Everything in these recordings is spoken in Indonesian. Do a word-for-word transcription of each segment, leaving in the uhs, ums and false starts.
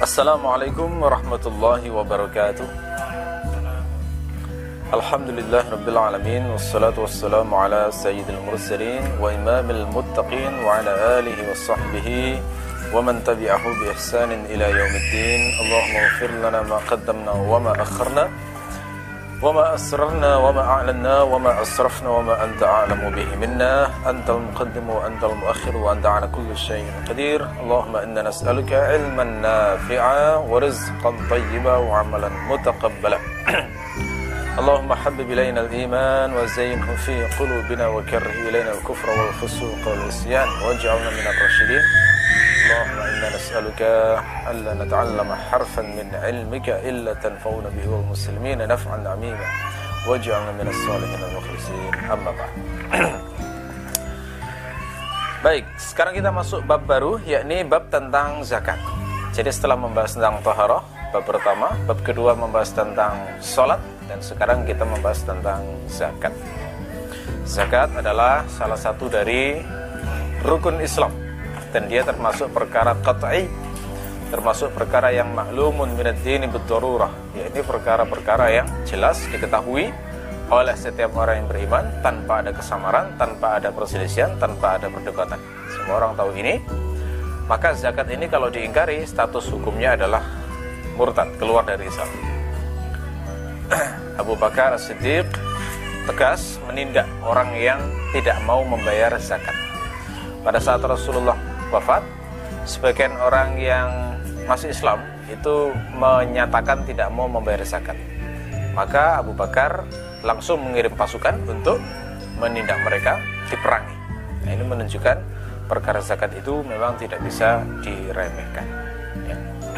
Assalamualaikum warahmatullahi wabarakatuh. Alhamdulillah rabbil alamin, wassalatu wassalamu ala sayyidil mursalin wa imamil muttaqin wa ala alihi wa sahbihi wa man tabi'ahu bi ihsanin ila yaumiddin. Allahumma ighfir lana ma qaddamna wa ma akharna wa ma asrarna wa ma a'lanna wa ma asrafna wa ma anta a'lamu bihi minna, antal muqaddim wa antal muakhir wa anta ala kulli syai'in qadir. Allahumma inna nas'aluka ilman nafi'a wa rizqan tayyiba wa amalan mutaqabbala. Allahumma habbib ilayna al-iman wa zayyinhu fi qulubina wa karrih ilayna al-kufra wal fusuq wal isyan waj'alna minal rasyidin. Allahumma inna nas'aluka alla nata'allama harfan min ilmika illa tanfa'una bihi wal muslimina naf'an 'amima waj'alna minas salihin al-mukhlisin. Amma ba'd. Baik, sekarang kita masuk bab baru, yakni bab tentang zakat. Jadi setelah membahas tentang taharah, bab pertama, bab kedua membahas tentang salat, dan sekarang kita membahas tentang zakat. Zakat adalah salah satu dari rukun Islam, dan dia termasuk perkara qat'i, termasuk perkara yang maklumun minad dini bid-darurah, yaitu perkara-perkara yang jelas diketahui oleh setiap orang yang beriman tanpa ada kesamaran, tanpa ada perselisihan, tanpa ada perdebatan. Semua orang tahu ini. Maka zakat ini kalau diingkari, status hukumnya adalah murtad, keluar dari Islam. Abu Bakar As-Siddiq tegas menindak orang yang tidak mau membayar zakat. Pada saat Rasulullah wafat, sebagian orang yang masih Islam itu menyatakan tidak mau membayar zakat. Maka Abu Bakar langsung mengirim pasukan untuk menindak mereka, diperangi. Nah, ini menunjukkan perkara zakat itu memang tidak bisa diremehkan, ya.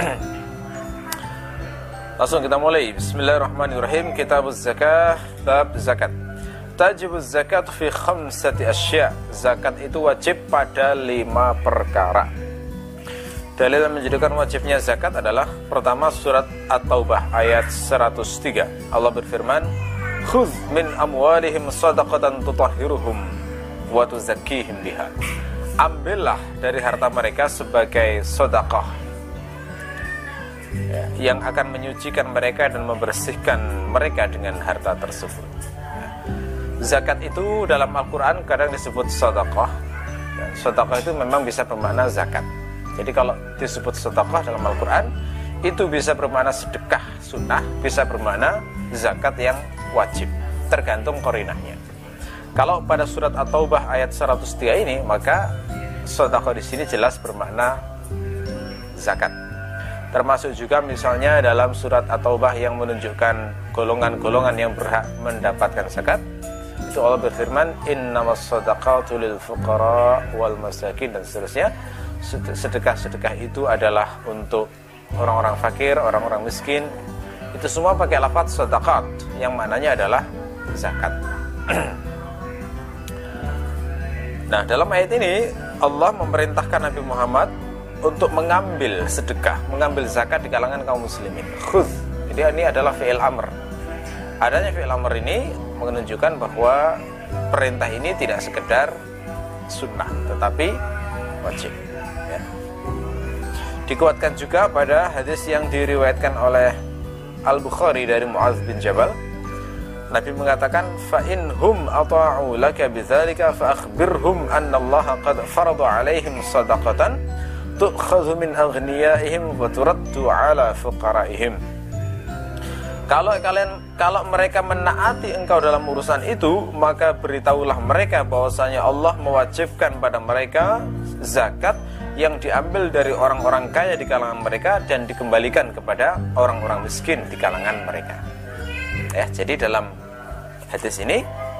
Langsung kita mulai. Bismillahirrahmanirrahim. Kitabuz zakah, bab zakat. Tajibuz zakat fi khamsati asya'. Zakat itu wajib pada lima perkara. Dalil yang menjadikan wajibnya zakat adalah pertama surat At-Taubah ayat seratus tiga. Allah berfirman, "Khudz min amwalihim shadaqatan tutahhiruhum wa tuzakkihim biha." Ambillah dari harta mereka sebagai sedekah, ya, yang akan menyucikan mereka dan membersihkan mereka dengan harta tersebut. Ya. Zakat itu dalam Al-Quran kadang disebut sedekah. Ya, sedekah itu memang bisa bermakna zakat. Jadi kalau disebut sedekah dalam Al-Quran, itu bisa bermakna sedekah sunnah, bisa bermakna zakat yang wajib, tergantung qarinahnya. Kalau pada surat At-Taubah ayat seratus tiga ini, maka sedekah di sini jelas bermakna zakat. Termasuk juga misalnya dalam surat At-Taubah yang menunjukkan golongan-golongan yang berhak mendapatkan zakat. Itu Allah berfirman, "Innamas shadaqatu lil fuqara wal masakin," dan seterusnya. Sedekah-sedekah itu adalah untuk orang-orang fakir, orang-orang miskin. Itu semua pakai lafaz shadaqat yang maknanya adalah zakat. Nah, dalam ayat ini Allah memerintahkan Nabi Muhammad untuk mengambil sedekah, mengambil zakat di kalangan kaum muslimin. Khudz. Jadi ini adalah fi'il amr. Adanya fi'il amr ini menunjukkan bahwa perintah ini tidak sekedar sunnah, tetapi wajib. Ya. Dikuatkan juga pada hadis yang diriwayatkan oleh Al-Bukhari dari Mu'adz bin Jabal. Nabi mengatakan, fa in hum ata'u laka bidzalika fa akhbirhum anna Allah qad farada 'alaihim shadaqatan tu'khadhu min aghniyaihim wa turaddu 'ala fuqaraihim. Kalau kalian kalau mereka menaati engkau dalam urusan itu, maka beritahulah mereka bahwasanya Allah mewajibkan pada mereka zakat yang diambil dari orang-orang kaya di kalangan mereka dan dikembalikan kepada orang-orang miskin di kalangan mereka. Ya, jadi dalam hadis ini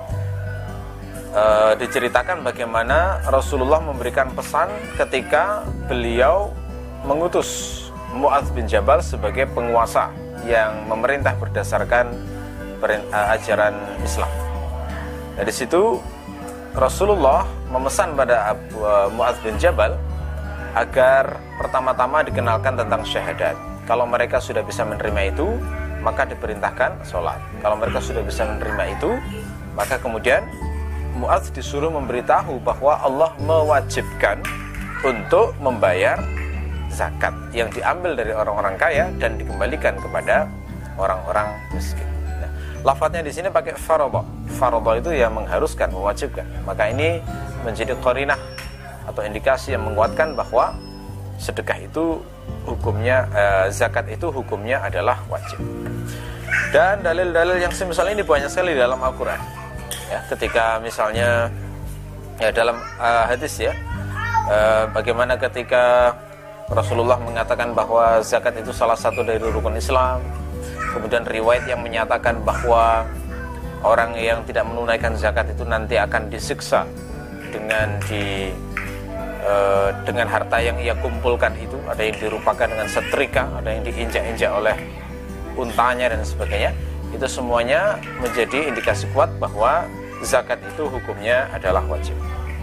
uh, diceritakan bagaimana Rasulullah memberikan pesan ketika beliau mengutus Mu'adz bin Jabal sebagai penguasa yang memerintah berdasarkan uh, ajaran Islam. Dari situ Rasulullah memesan pada uh, Mu'adz bin Jabal agar pertama-tama dikenalkan tentang syahadat. Kalau mereka sudah bisa menerima itu, maka diperintahkan sholat. Kalau mereka sudah bisa menerima itu, maka kemudian Mu'adz disuruh memberitahu bahwa Allah mewajibkan untuk membayar zakat yang diambil dari orang-orang kaya dan dikembalikan kepada orang-orang miskin. Nah, lafadznya di sini pakai faradha. Faradha itu yang mengharuskan, mewajibkan. Maka ini menjadi qarinah atau indikasi yang menguatkan bahwa sedekah itu hukumnya, eh, zakat itu hukumnya adalah wajib. Dan dalil-dalil yang semisal ini banyak sekali dalam Al-Quran. Ya, ketika misalnya ya dalam uh, hadis ya, uh, bagaimana ketika Rasulullah mengatakan bahwa zakat itu salah satu dari rukun Islam. Kemudian riwayat yang menyatakan bahwa orang yang tidak menunaikan zakat itu nanti akan disiksa dengan di uh, dengan harta yang ia kumpulkan itu. Ada yang dirupakan dengan setrika, ada yang diinjak-injak oleh untanya dan sebagainya. Itu semuanya menjadi indikasi kuat bahwa zakat itu hukumnya adalah wajib.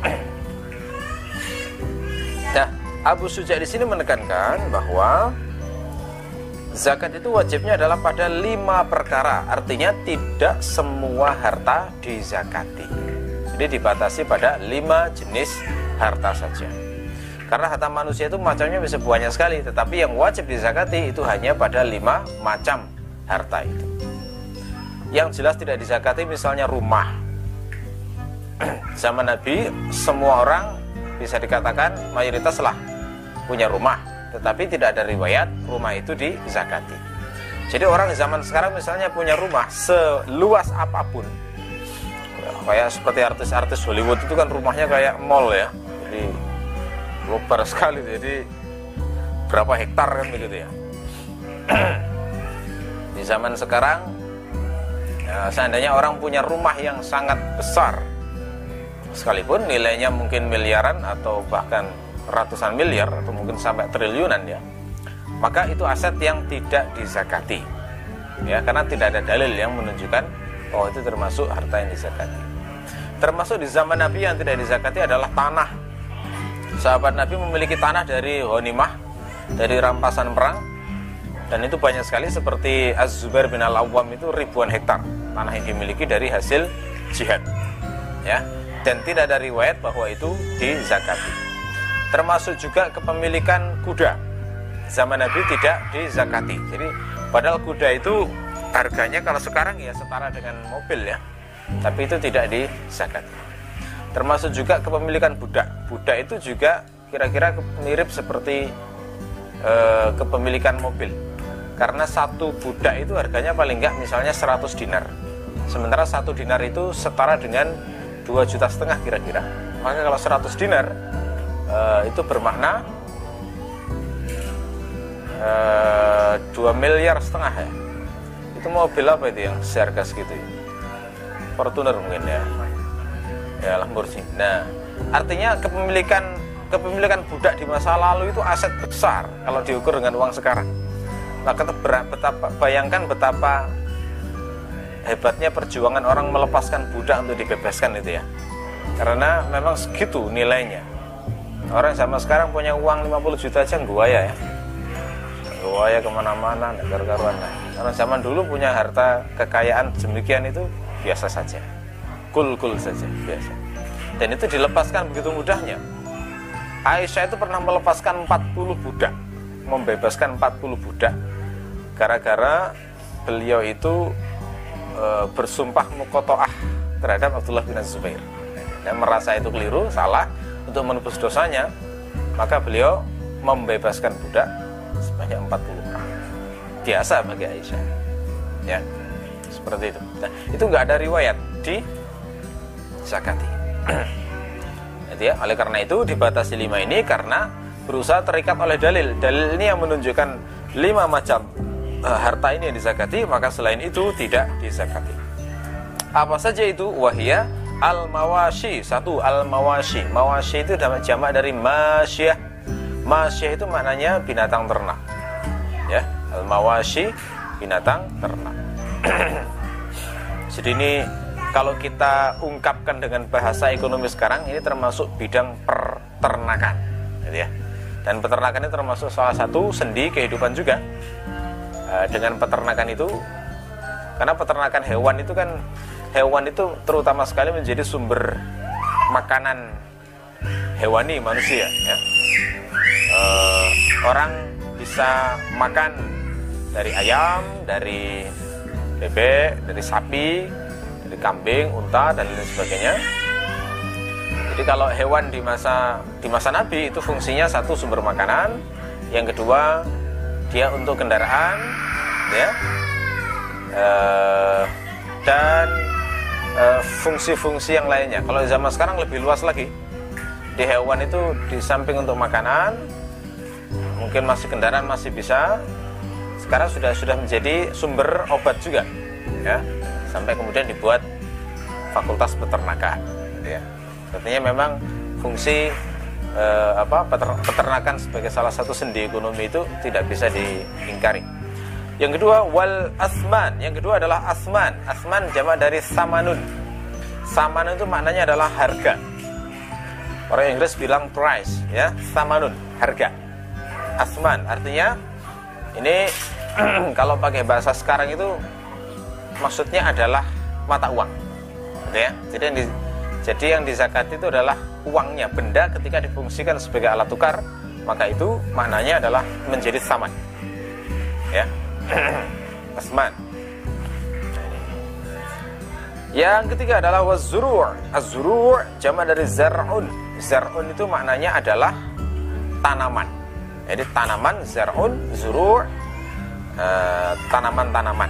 Nah, Abu Suja di sini menekankan bahwa zakat itu wajibnya adalah pada lima perkara. Artinya tidak semua harta dizakati. Jadi dibatasi pada lima jenis harta saja. Karena harta manusia itu macamnya bisa banyak sekali, tetapi yang wajib dizakati itu hanya pada lima macam harta itu. Yang jelas tidak dizakati misalnya rumah. Zaman Nabi semua orang bisa dikatakan mayoritas lah punya rumah, tetapi tidak ada riwayat rumah itu dizakati. Jadi orang di zaman sekarang misalnya punya rumah seluas apapun, kayak seperti artis-artis Hollywood itu kan rumahnya kayak mall ya, jadi lebar sekali, jadi berapa hektar kan begitu ya. Di zaman sekarang ya, seandainya orang punya rumah yang sangat besar, sekalipun nilainya mungkin miliaran atau bahkan ratusan miliar atau mungkin sampai triliunan ya, maka itu aset yang tidak dizakati ya, karena tidak ada dalil yang menunjukkan bahwa itu termasuk harta yang dizakati. Termasuk di zaman Nabi yang tidak dizakati adalah tanah. Sahabat Nabi memiliki tanah dari ghanimah, dari rampasan perang, dan itu banyak sekali, seperti Az-Zubair bin Al-Awwam itu ribuan hektar tanah yang dimiliki dari hasil jihad ya, dan tidak ada riwayat bahwa itu dizakati. Termasuk juga kepemilikan kuda. Zaman Nabi tidak dizakati. Jadi padahal kuda itu harganya kalau sekarang ya setara dengan mobil ya, tapi itu tidak dizakati. Termasuk juga kepemilikan budak. Budak itu juga kira-kira mirip seperti e, kepemilikan mobil. Karena satu budak itu harganya paling enggak misalnya seratus dinar. Sementara satu dinar itu setara dengan dua juta setengah kira-kira. Maka kalau seratus dinar e, itu bermakna e, dua miliar setengah ya. Itu mobil apa itu yang seharga segitu ya? Fortuner mungkin ya. Ya, Lamborghini. Nah, artinya kepemilikan kepemilikan budak di masa lalu itu aset besar kalau diukur dengan uang sekarang. Maka betapa, bayangkan betapa hebatnya perjuangan orang melepaskan budak untuk dibebaskan itu ya. Karena memang segitu nilainya. Orang sama sekarang punya uang lima puluh juta aja guaya ya. Guaya kemana-mana, negara-karuan. Karena zaman dulu punya harta kekayaan demikian itu biasa saja. Kul-kul saja, biasa. Dan itu dilepaskan begitu mudahnya. Aisyah itu pernah melepaskan empat puluh budak, membebaskan empat puluh budak, gara-gara beliau itu e, bersumpah muqotoah terhadap Abdullah bin Zubair. Dan merasa itu keliru, salah, untuk menebus dosanya, maka beliau membebaskan budak sebanyak empat puluh orang. Biasa bagi Aisyah. Ya, seperti itu. Nah, itu nggak ada riwayat di zakati. Jadi ya, oleh karena itu dibatasi lima ini karena berusaha terikat oleh dalil. Dalil ini yang menunjukkan lima macam uh, harta ini yang dizakati, maka selain itu tidak dizakati. Apa saja itu? Wahia al-mawashi. Satu, al-mawashi. Mawashi itu jamak dari masyiyah. Masyiyah itu maknanya binatang ternak. Ya, al-mawashi binatang ternak. Jadi ini kalau kita ungkapkan dengan bahasa ekonomi sekarang, ini termasuk bidang peternakan, gitu ya. Dan peternakan ini termasuk salah satu sendi kehidupan juga. E, dengan peternakan itu, karena peternakan hewan itu kan, hewan itu terutama sekali menjadi sumber makanan hewani manusia, ya. uh, orang bisa makan dari ayam, dari bebek, dari sapi, dari kambing, unta dan lain sebagainya. Jadi kalau hewan di masa di masa Nabi itu fungsinya satu sumber makanan, yang kedua dia untuk kendaraan, ya, uh, dan fungsi-fungsi uh, yang lainnya. Kalau zaman sekarang lebih luas lagi. Di hewan itu di samping untuk makanan, mungkin masih kendaraan masih bisa. Sekarang sudah sudah menjadi sumber obat juga, ya. Sampai kemudian dibuat fakultas peternakan, ya. Artinya memang fungsi eh, apa peternakan sebagai salah satu sendi ekonomi itu tidak bisa diingkari. Yang kedua wal asman. Yang kedua adalah asman. Asman jamak dari samanun. Samanun itu maknanya adalah harga. Orang Inggris bilang price, ya, samanun, harga. Asman artinya ini kalau pakai bahasa sekarang itu maksudnya adalah mata uang, gitu ya. Jadi yang di, jadi yang dizakati itu adalah uangnya, benda ketika difungsikan sebagai alat tukar, maka itu maknanya adalah menjadi saman, ya. Asman. Yang ketiga adalah wazuru'. Az-zuru' jamak dari zar'un. Zar'un itu maknanya adalah tanaman. Jadi tanaman, zar'un, zuru', uh, tanaman-tanaman.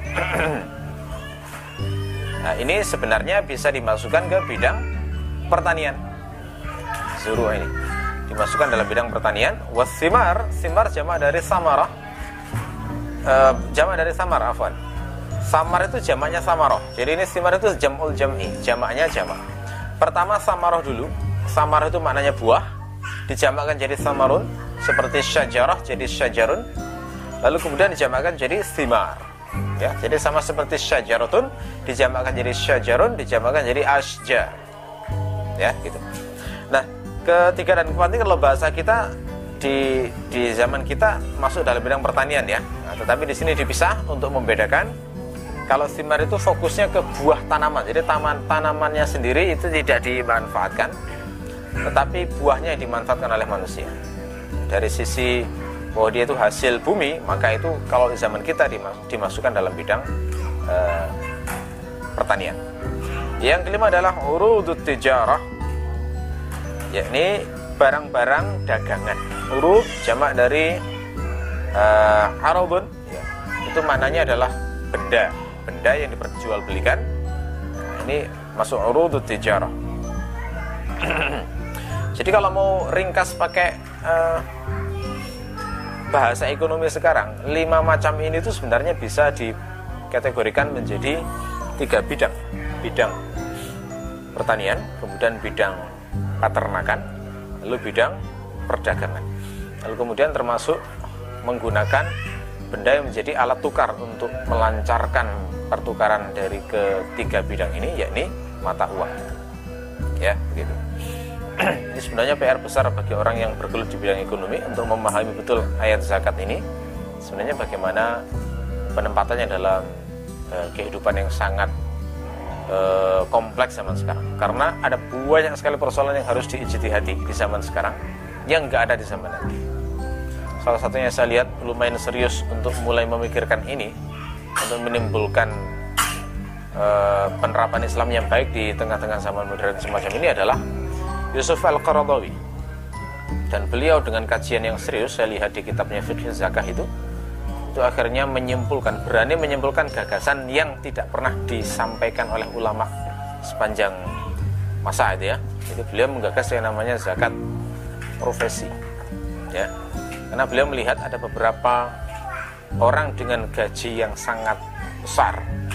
Nah, ini sebenarnya bisa dimasukkan ke bidang pertanian. Zuru' ini dimasukkan dalam bidang pertanian. Wasimar, simar jamak dari samarah. Uh, jamak dari samar, afwan. Samar itu jamaknya samaroh. Jadi ini simar itu jam'ul jam'i, jamaknya jamak. Pertama samaroh dulu. Samar itu maknanya buah, dijamakkan jadi samarun, seperti syajarah jadi syajarun. Lalu kemudian dijamakkan jadi simar, ya. Jadi sama seperti syajaratun dijamakkan jadi syajarun, dijamakkan jadi asjar, ya, gitu. Nah, ketiga dan keempat ini kalau bahasa kita di di zaman kita masuk dalam bidang pertanian, ya. Nah, tetapi di sini dipisah untuk membedakan. Kalau simar itu fokusnya ke buah tanaman, jadi taman tanamannya sendiri itu tidak dimanfaatkan, tetapi buahnya yang dimanfaatkan oleh manusia. Dari sisi bahwa dia itu hasil bumi, maka itu kalau di zaman kita dimasukkan dalam bidang uh, pertanian. Yang kelima adalah urudut tijarah, yakni barang-barang dagangan. Urud jamak dari uh, arabun, ya. Itu maknanya adalah benda, benda yang diperjualbelikan. Nah, ini masuk urudut tijarah. Jadi kalau mau ringkas pakai uh, bahasa ekonomi sekarang, lima macam ini tuh sebenarnya bisa dikategorikan menjadi tiga bidang. Bidang pertanian, kemudian bidang peternakan, lalu bidang perdagangan. Lalu kemudian termasuk menggunakan benda yang menjadi alat tukar untuk melancarkan pertukaran dari ketiga bidang ini, yakni mata uang. Ya, begitu. Ini sebenarnya P R besar bagi orang yang bergelut di bidang ekonomi untuk memahami betul ayat zakat ini. Sebenarnya bagaimana penempatannya dalam uh, kehidupan yang sangat uh, kompleks zaman sekarang. Karena ada banyak sekali persoalan yang harus diijtihadi di zaman sekarang yang nggak ada di zaman nanti. Salah satunya saya lihat lumayan serius untuk mulai memikirkan ini, untuk menimbulkan uh, penerapan Islam yang baik di tengah-tengah zaman modern semacam ini adalah Yusuf Al-Qaradawi. Dan beliau dengan kajian yang serius, saya lihat di kitabnya Fiqh Zakah itu, itu akhirnya menyimpulkan, berani menyimpulkan gagasan yang tidak pernah disampaikan oleh ulama sepanjang masa itu, ya. Jadi beliau menggagas yang namanya zakat profesi, ya. Karena beliau melihat ada beberapa orang dengan gaji yang sangat besar,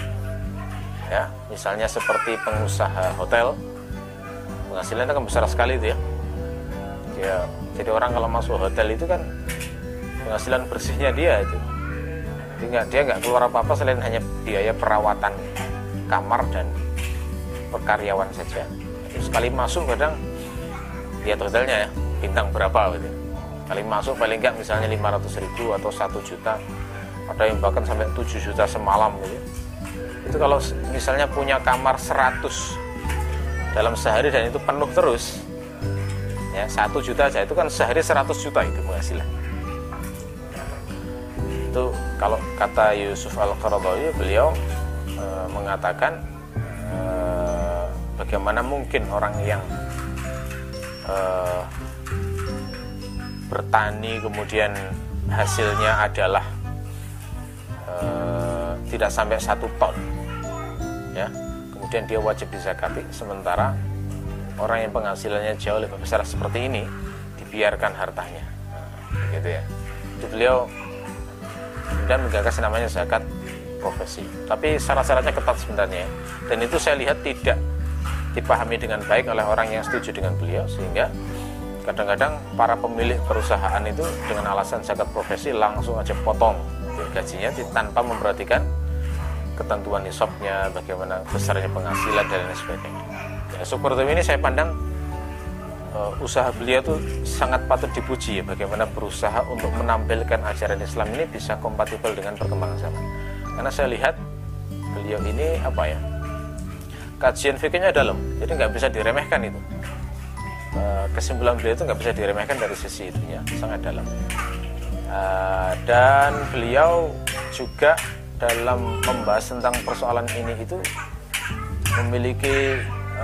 ya, misalnya seperti pengusaha hotel, penghasilannya kan besar sekali itu, ya. Ya, jadi orang kalau masuk hotel itu kan penghasilan bersihnya dia itu, dia nggak dia nggak keluar apa-apa selain hanya biaya perawatan kamar dan perkaryawan saja. Terus sekali masuk kadang lihat hotelnya, ya, bintang berapa gitu. Kali masuk paling nggak misalnya lima ratus ribu atau satu juta, ada yang bahkan sampai tujuh juta semalam gitu. Itu kalau misalnya punya kamar seratus dalam sehari dan itu penuh terus, ya satu juta aja itu kan sehari seratus juta itu penghasilan. Itu kalau kata Yusuf Al-Qaradawi, beliau e, mengatakan e, bagaimana mungkin orang yang e, bertani kemudian hasilnya adalah e, tidak sampai satu ton, ya, kemudian dia wajib dizakati, sementara orang yang penghasilannya jauh lebih besar seperti ini dibiarkan hartanya, nah, gitu ya. Itu beliau dan menggagas namanya zakat profesi. Tapi syarat-syaratnya ketat sebenarnya, dan itu saya lihat tidak dipahami dengan baik oleh orang yang setuju dengan beliau, sehingga kadang-kadang para pemilik perusahaan itu dengan alasan zakat profesi langsung aja potong gajinya tanpa memperhatikan ketentuan nisabnya, bagaimana besarnya penghasilan dan lain sebagainya. Ya, syukur ini saya pandang uh, usaha beliau tuh sangat patut dipuji ya, bagaimana berusaha untuk menampilkan ajaran Islam ini bisa kompatibel dengan perkembangan zaman. Karena saya lihat beliau ini apa ya, kajian fikihnya dalam, jadi nggak bisa diremehkan itu. Uh, kesimpulan beliau itu nggak bisa diremehkan dari sisi itunya, sangat dalam. Uh, dan beliau juga dalam membahas tentang persoalan ini itu memiliki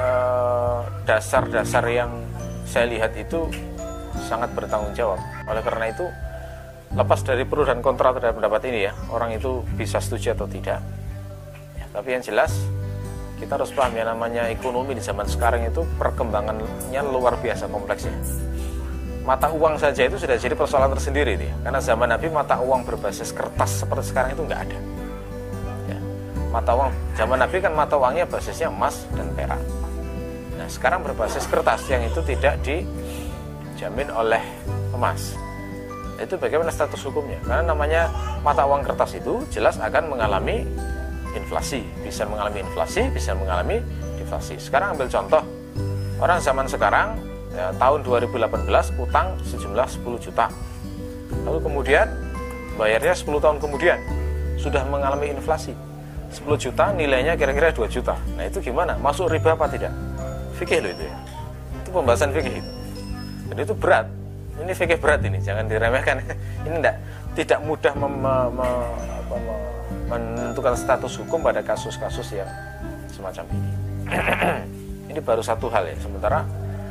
dasar-dasar uh, yang saya lihat itu sangat bertanggung jawab. Oleh karena itu, lepas dari pro dan kontra terhadap pendapat ini ya, orang itu bisa setuju atau tidak ya, tapi yang jelas kita harus paham ya, namanya ekonomi di zaman sekarang itu perkembangannya luar biasa kompleksnya. Mata uang saja itu sudah jadi persoalan tersendiri ya. Karena zaman Nabi mata uang berbasis kertas seperti sekarang itu nggak ada ya. Mata uang zaman Nabi kan mata uangnya basisnya emas dan perak. Nah, sekarang berbasis kertas yang itu tidak dijamin oleh emas. Itu bagaimana status hukumnya? Karena namanya mata uang kertas itu jelas akan mengalami inflasi, bisa mengalami inflasi, bisa mengalami deflasi. Sekarang ambil contoh, orang zaman sekarang ya, tahun dua ribu delapan belas utang sejumlah sepuluh juta. Lalu kemudian bayarnya sepuluh tahun kemudian sudah mengalami inflasi. sepuluh juta nilainya kira-kira dua juta. Nah, itu gimana? Masuk riba apa tidak? Fikih loh itu ya. Itu pembahasan fikih itu. Jadi itu berat. Ini fikih berat ini, jangan diremehkan. Ini enggak, tidak mudah mem, me, apa, me, menentukan status hukum pada kasus-kasus yang semacam ini. Ini baru satu hal ya. Sementara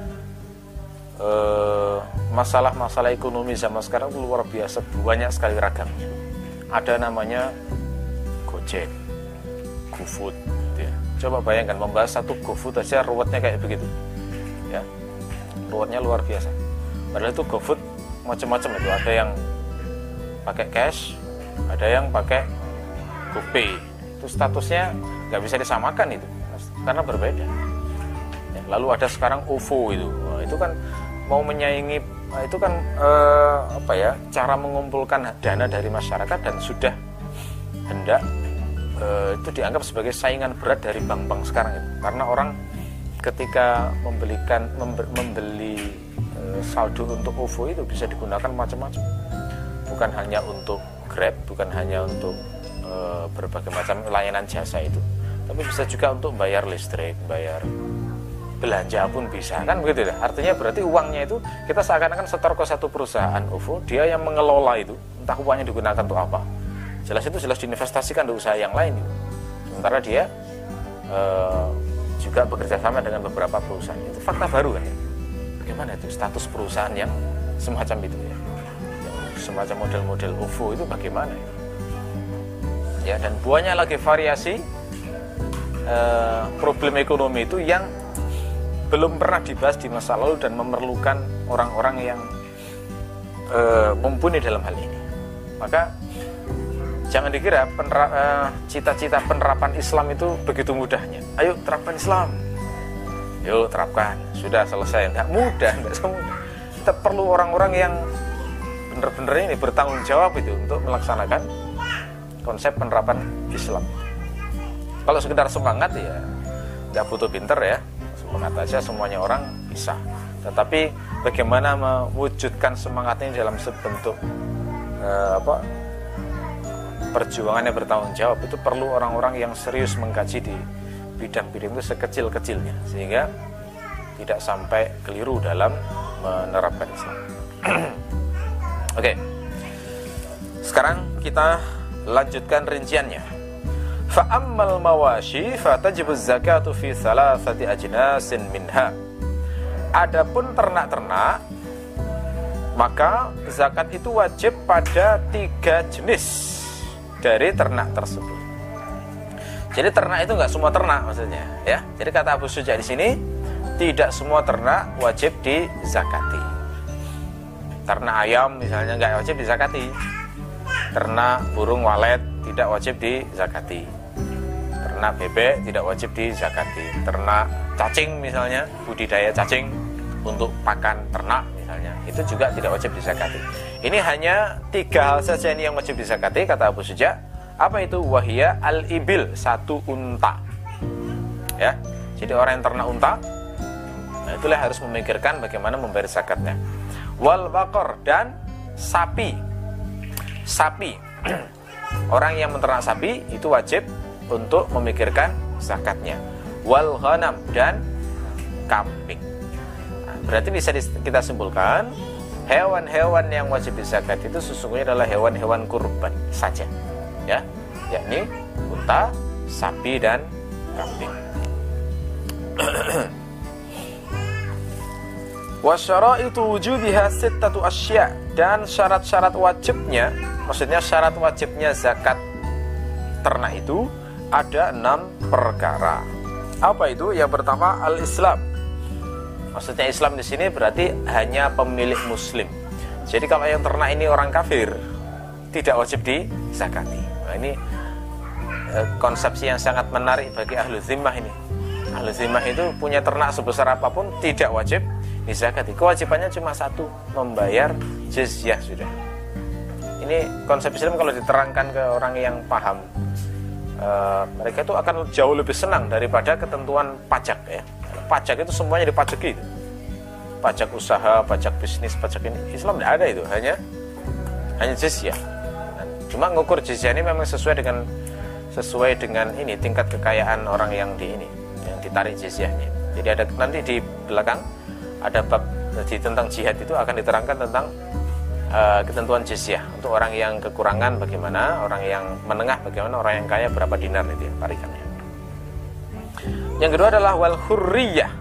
eh, masalah-masalah ekonomi zaman sekarang luar biasa, banyak sekali ragamnya. Ada namanya Gojek, GoFood. Coba bayangkan membahas satu GoFood aja ruwetnya kayak begitu ya, ruwetnya luar biasa. Padahal itu GoFood macam-macam itu, ada yang pakai cash, ada yang pakai GoPay. Itu statusnya nggak bisa disamakan itu karena berbeda ya. Lalu ada sekarang O V O itu, nah, itu kan mau menyaingi, itu kan eh, apa ya, cara mengumpulkan dana dari masyarakat dan sudah hendak itu dianggap sebagai saingan berat dari bank-bank sekarang itu. Karena orang ketika membelikan membeli e, saldo untuk O V O itu bisa digunakan macam-macam, bukan hanya untuk Grab, bukan hanya untuk e, berbagai macam layanan jasa itu, tapi bisa juga untuk bayar listrik, bayar belanja pun bisa, kan begitu ya. Artinya berarti uangnya itu kita seakan-akan setor ke satu perusahaan O V O, dia yang mengelola itu, entah uangnya digunakan untuk apa. Jelas itu jelas diinvestasikan di usaha yang lain. Sementara dia e, juga bekerja sama dengan beberapa perusahaan. Itu fakta baru kan ya. Bagaimana itu status perusahaan yang semacam itu ya, yang semacam model-model O V O itu bagaimana ya? Ya, dan banyak lagi variasi e, problem ekonomi itu yang belum pernah dibahas di masa lalu dan memerlukan orang-orang yang e, mumpuni dalam hal ini. Maka jangan dikira penera, uh, cita-cita penerapan Islam itu begitu mudahnya. Ayo terapkan Islam, yuk terapkan, sudah selesai. Nggak mudah, nggak semudah. Kita perlu orang-orang yang benar-benar ini bertanggung jawab itu untuk melaksanakan konsep penerapan Islam. Kalau sekedar semangat ya nggak butuh pinter ya, semangat aja semuanya orang bisa. Tetapi bagaimana mewujudkan semangatnya dalam sebentuk uh, apa? perjuangannya bertanggung jawab, itu perlu orang-orang yang serius mengkaji di bidang-bidang itu sekecil-kecilnya, sehingga tidak sampai keliru dalam menerapkan Islam. Oke. Sekarang kita lanjutkan rinciannya. Fa ammal mawashi fatajibu zakatu fi thalathati ajnasin minha. Adapun ternak-ternak, maka zakat itu wajib pada tiga jenis dari ternak tersebut. Jadi ternak itu enggak semua ternak maksudnya, ya. Jadi kata Abu Suja di sini, tidak semua ternak wajib dizakati. Ternak ayam misalnya enggak wajib dizakati. Ternak burung walet tidak wajib dizakati. Ternak bebek tidak wajib dizakati. Ternak cacing misalnya, budidaya cacing untuk pakan ternak misalnya, itu juga tidak wajib dizakati. Ini hanya tiga hal saja ini yang wajib dizakati, kata Abu Suja. Apa itu? Wahia al-ibil, satu unta. Ya, jadi orang yang ternak unta, nah itulah harus memikirkan bagaimana membayar zakatnya. Wal bakor, dan sapi. Sapi, orang yang menternak sapi itu wajib untuk memikirkan zakatnya. Wal ghanam, dan kambing. Nah, berarti bisa kita simpulkan hewan-hewan yang wajib dizakat itu sesungguhnya adalah hewan-hewan kurban saja, ya, yakni unta, sapi, dan kambing. Wasyara'itu wujubiha sittatu asya, dan syarat-syarat wajibnya, maksudnya syarat wajibnya zakat ternak itu ada enam perkara. Apa itu? Yang pertama al-Islam. Maksudnya Islam di sini berarti hanya pemilik muslim. Jadi kalau yang ternak ini orang kafir, tidak wajib dizakati. Nah, ini eh, konsepsi yang sangat menarik bagi ahlu zimmah ini. Ahlu zimmah itu punya ternak sebesar apapun tidak wajib dizakati. Kewajibannya cuma satu, membayar jizyah sudah. Ini konsep Islam kalau diterangkan ke orang yang paham, uh, mereka itu akan jauh lebih senang daripada ketentuan pajak, ya. Pajak itu semuanya dipajaki. Pajak usaha, pajak bisnis, pajak ini. Islam tidak ada itu, hanya hanya jizyah. Cuma ngukur jizyah ini memang sesuai dengan sesuai dengan ini tingkat kekayaan orang yang di ini, yang ditarik jizyahnya. Jadi ada nanti di belakang ada bab di tentang jihad, itu akan diterangkan tentang uh, ketentuan jizyah untuk orang yang kekurangan bagaimana, orang yang menengah bagaimana, orang yang kaya berapa dinar itu ya, tarikannya. Yang kedua adalah wal hurriyah,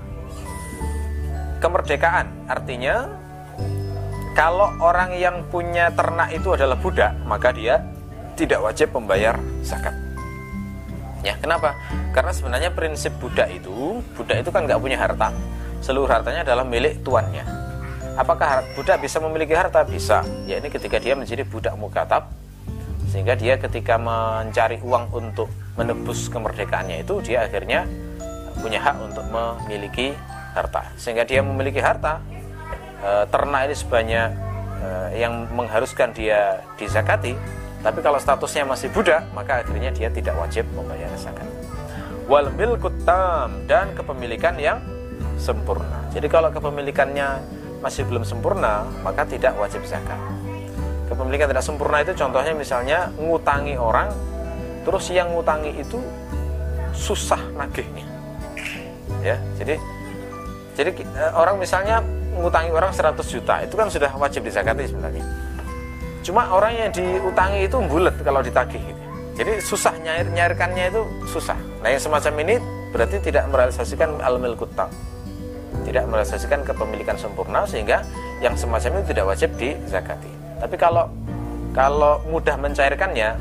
kemerdekaan. Artinya kalau orang yang punya ternak itu adalah budak, maka dia tidak wajib membayar zakat. Ya, kenapa? Karena sebenarnya prinsip budak itu, budak itu kan nggak punya harta. Seluruh hartanya adalah milik tuannya. Apakah budak bisa memiliki harta? Bisa. Ya, ini ketika dia menjadi budak mukatab, sehingga dia ketika mencari uang untuk menebus kemerdekaannya itu, dia akhirnya punya hak untuk memiliki harta. Sehingga dia memiliki harta, e, ternak ini sebanyak e, yang mengharuskan dia dizakati. Tapi kalau statusnya masih budak, maka akhirnya dia tidak wajib membayar zakat. Wal milkut tam, dan kepemilikan yang sempurna. Jadi kalau kepemilikannya masih belum sempurna, maka tidak wajib zakat. Kepemilikan tidak sempurna itu contohnya misalnya ngutangi orang, terus yang ngutangi itu susah nagihnya. Ya, jadi jadi orang misalnya ngutangi orang seratus juta, itu kan sudah wajib dizakati sebenarnya. Cuma orang yang diutangi itu bulet kalau ditagih gitu. Jadi susah nyair nyairkannya itu susah. Nah, yang semacam ini berarti tidak merealisasikan al-milkut tam. Tidak merealisasikan kepemilikan sempurna, sehingga yang semacam itu tidak wajib dizakati. Tapi kalau kalau mudah mencairkannya,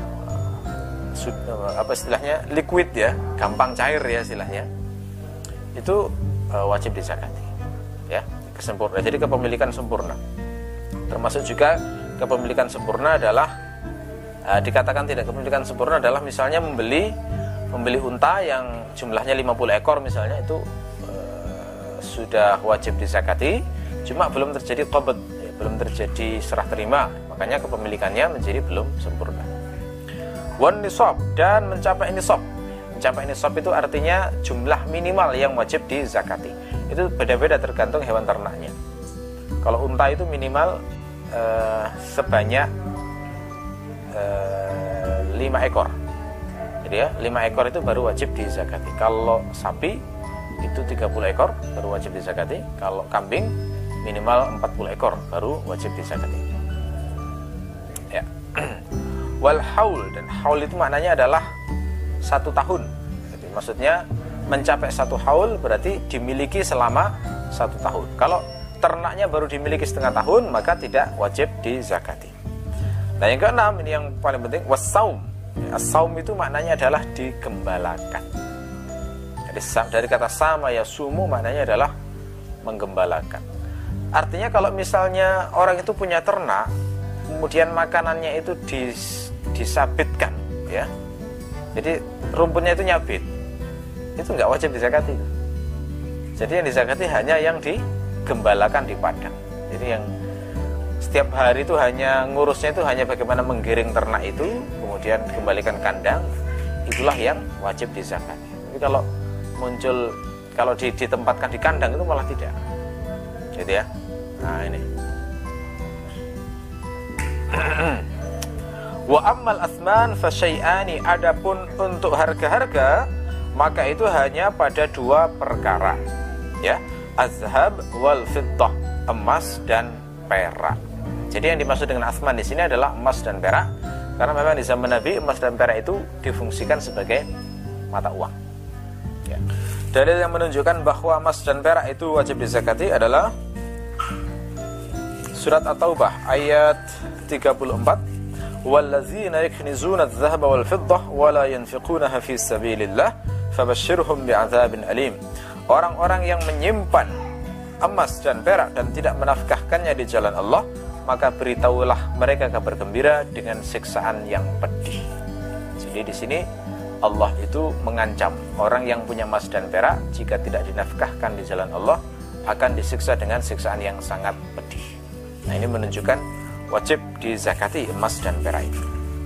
apa istilahnya, liquid ya, gampang cair ya istilahnya, itu uh, wajib dizakati. Ya, kesempurna. Jadi kepemilikan sempurna. Termasuk juga kepemilikan sempurna adalah uh, dikatakan tidak kepemilikan sempurna adalah misalnya membeli membeli unta yang jumlahnya lima puluh ekor misalnya, itu uh, sudah wajib dizakati, cuma belum terjadi qabd, ya, belum terjadi serah terima, makanya kepemilikannya menjadi belum sempurna. Wan nisab, dan mencapai nisab. Mencapai nisab itu artinya jumlah minimal yang wajib dizakati. Itu beda-beda tergantung hewan ternaknya. Kalau unta itu minimal Uh, sebanyak uh, lima ekor. Jadi ya, lima ekor itu baru wajib dizakati. Kalau sapi itu tiga puluh ekor baru wajib dizakati. Kalau kambing minimal empat puluh ekor baru wajib dizakati. Ya. Wal haul, dan haul itu maknanya adalah satu tahun. Jadi maksudnya mencapai satu haul berarti dimiliki selama satu tahun. Kalau ternaknya baru dimiliki setengah tahun, maka tidak wajib dizakati. Nah yang keenam, ini yang paling penting, wassaum. As-saum itu maknanya adalah digembalakan. Jadi dari kata sama ya sumu maknanya adalah menggembalakan. Artinya kalau misalnya orang itu punya ternak, kemudian makanannya itu dis, disabitkan, ya. Jadi rumputnya itu nyabit, itu nggak wajib dizakati. Jadi yang dizakati hanya yang digembalakan di padang. Jadi yang setiap hari itu hanya ngurusnya itu hanya bagaimana menggiring ternak itu, kemudian kembalikan kandang, itulah yang wajib dizakati. Tapi kalau muncul, kalau ditempatkan di kandang itu malah tidak. Jadi ya, nah ini. Wa ammal asman fa syai'ani, adapun untuk harga-harga maka itu hanya pada dua perkara, ya, azhab wal fiddah, emas dan perak. Jadi yang dimaksud dengan asman di sini adalah emas dan perak, karena memang di zaman Nabi emas dan perak itu difungsikan sebagai mata uang. Ya. Dalil yang menunjukkan bahwa emas dan perak itu wajib dizakati adalah surat At-Taubah ayat tiga puluh empat. Wallazina yaknizuna adh-dhahaba wal fiddah wa la yunfiqunaha fi sabilillah fabashshirhum bi'adzabin alim. Orang-orang yang menyimpan emas dan perak dan tidak menafkahkannya di jalan Allah, maka beritahulah mereka kabar gembira dengan siksaan yang pedih. Jadi di sini Allah itu mengancam orang yang punya emas dan perak jika tidak dinafkahkan di jalan Allah akan disiksa dengan siksaan yang sangat pedih. Nah ini menunjukkan wajib dizakati emas dan perak itu.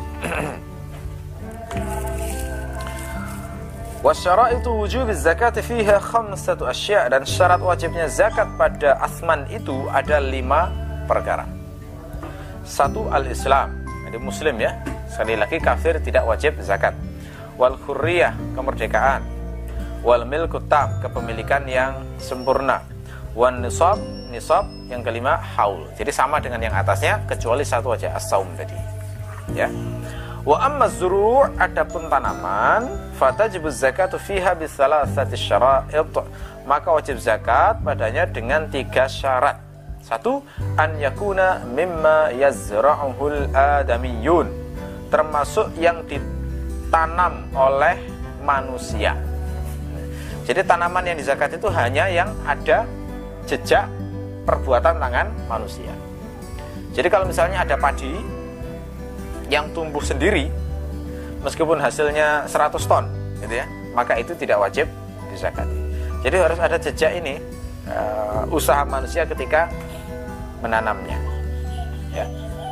Wasyara'itu wujubiz zakati fiha khamsatu asya', dan syarat wajibnya zakat pada asman itu ada lima perkara. Satu, al-Islam, jadi muslim ya, sekali lagi kafir tidak wajib zakat. Wal khurriyah, kemerdekaan. Wal milkut tam, kepemilikan yang sempurna. Wan nisab, nisab, yang kelima haul. Jadi sama dengan yang atasnya kecuali satu aja, as-saum tadi. Ya. Wa amma zuru', adapun tanaman, fatajibuz zakatu fiha bi thalathati syara'id, maka wajib zakat padanya dengan tiga syarat. Satu, an yakuna mimma yazra'uhul adamiyun, termasuk yang ditanam oleh manusia. Jadi tanaman yang dizakat itu hanya yang ada jejak perbuatan tangan manusia. Jadi kalau misalnya ada padi yang tumbuh sendiri meskipun hasilnya seratus ton gitu ya, maka itu tidak wajib dizakati. Jadi harus ada jejak ini, uh, usaha manusia ketika menanamnya, ya.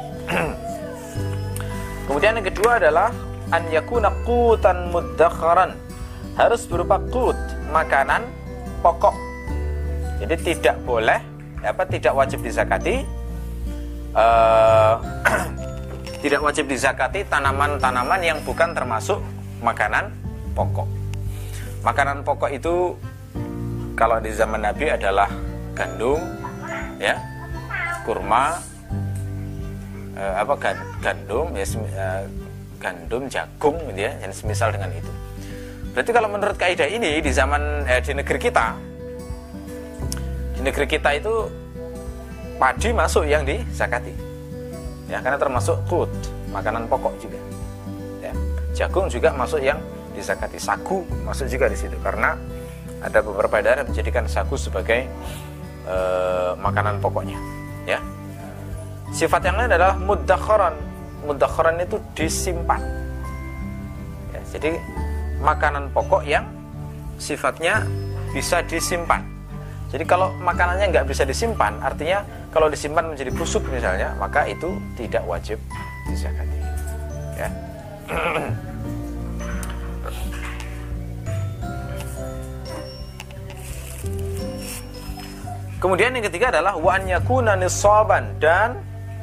Kemudian yang kedua adalah an yakuna qutan muddakharan, harus berupa qut, makanan pokok. Jadi tidak boleh, apa, tidak wajib dizakati, uh, tidak wajib dizakati tanaman-tanaman yang bukan termasuk makanan pokok. Makanan pokok itu kalau di zaman Nabi adalah gandum, ya, kurma, uh, apa gandum, ya, uh, gandum, jagung, gitu ya, yang semisal dengan itu. Berarti kalau menurut kaidah ini di zaman eh, di negeri kita, di negeri kita itu padi masuk yang dizakati, ya, karena termasuk qut, makanan pokok juga. Ya. Jagung juga masuk yang dizakati, sagu masuk juga di situ, karena ada beberapa daerah menjadikan sagu sebagai eh, makanan pokoknya. Ya. Sifat yang lain adalah muddakharan. Muddakharan itu disimpan. Ya, jadi makanan pokok yang sifatnya bisa disimpan. Jadi kalau makanannya nggak bisa disimpan, artinya kalau disimpan menjadi busuk misalnya, maka itu tidak wajib dizakati. Ya. Kemudian yang ketiga adalah wa an yakuna nisaban, dan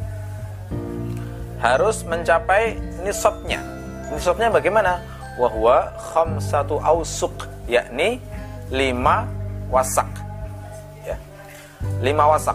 harus mencapai nisabnya. Nisabnya bagaimana? Wa huwa khamsatu awsuq, yakni lima wasak. Ya. lima wasak.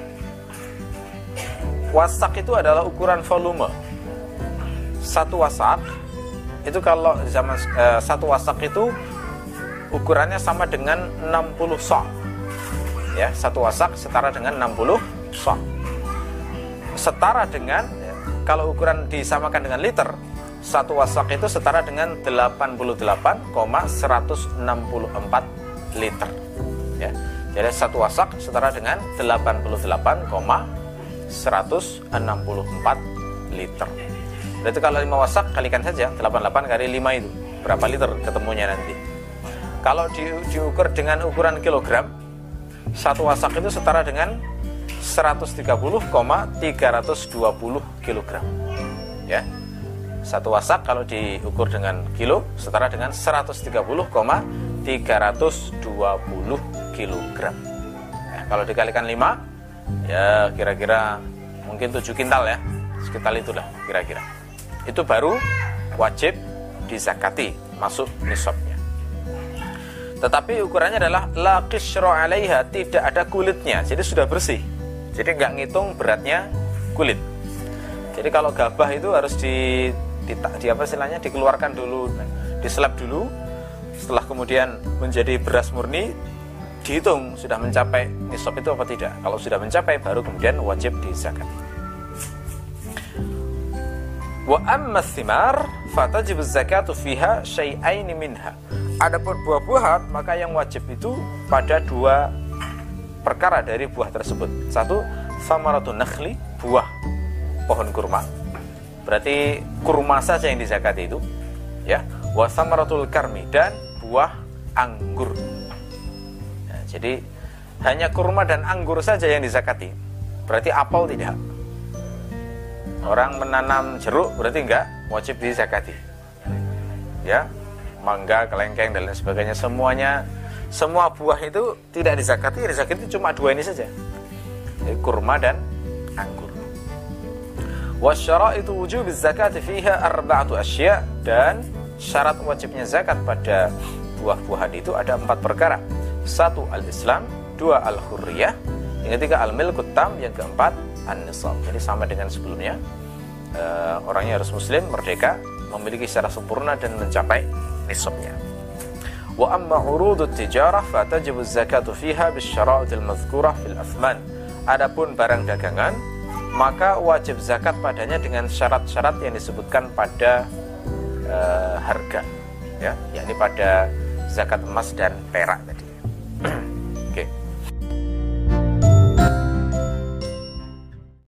Wasak itu adalah ukuran volume. Satu wasak itu kalau zaman eh, satu wasak itu ukurannya sama dengan enam puluh sa'. Ya, satu wasak setara dengan enam puluh sa'. Setara dengan ya, kalau ukuran disamakan dengan liter, satu wasak itu setara dengan delapan puluh delapan koma seratus enam puluh empat liter. Ya. Jadi satu wasak setara dengan delapan puluh delapan koma seratus enam puluh empat liter. Berarti kalau lima wasak kalikan saja delapan puluh delapan kali lima itu berapa liter ketemunya nanti. Kalau di, diukur dengan ukuran kilogram, satu wasak itu setara dengan seratus tiga puluh koma tiga ratus dua puluh kilogram. Ya. Satu wasak kalau diukur dengan kilo setara dengan seratus tiga puluh koma tiga ratus dua puluh kilogram. Ya, kalau dikalikan lima, ya kira-kira mungkin tujuh kintal ya, sekitar itulah kira-kira. Itu baru wajib dizakati, masuk nisabnya. Tetapi ukurannya adalah la qishra 'alaiha, tidak ada kulitnya, jadi sudah bersih. Jadi nggak ngitung beratnya kulit. Jadi kalau gabah itu harus di, di, di apa istilahnya dikeluarkan dulu, diselap dulu. Setelah kemudian menjadi beras murni, dihitung sudah mencapai nisab itu apa tidak. Kalau sudah mencapai, baru kemudian wajib dizakati. Wa amma thimar fatajibu zakatu fiha syai'ain minha. Adapun buah-buahan, maka yang wajib itu pada dua perkara dari buah tersebut. Satu, samaratun nakhli, buah pohon kurma. Berarti kurma saja yang dizakati itu, ya. Wa samaratul karmi, dan buah anggur. Nah, jadi hanya kurma dan anggur saja yang dizakati. Berarti apel tidak. Orang menanam jeruk berarti enggak wajib dizakati. Ya, mangga, kelengkeng dan lain sebagainya, semuanya, semua buah itu tidak dizakati. Yang dizakati cuma dua ini saja, jadi kurma dan anggur. Wasyaraitu wujubiz zakati fiha arba'atu asya', dan syarat wajibnya zakat pada buah-buahan itu ada empat perkara. Satu, al-Islam. Dua, al-hurriyah. Yang ketiga, al-milkut tam. Yang keempat, an-nisab. Jadi sama dengan sebelumnya, uh, orangnya harus muslim, merdeka, memiliki secara sempurna dan mencapai nisabnya. Wa amma urudut tijarah fatajibu zakatu fiha bisyara'atil madhkurah fil athman. Adapun barang dagangan, maka wajib zakat padanya dengan syarat-syarat yang disebutkan pada uh, harga, ya, yakni pada zakat emas dan perak tadi.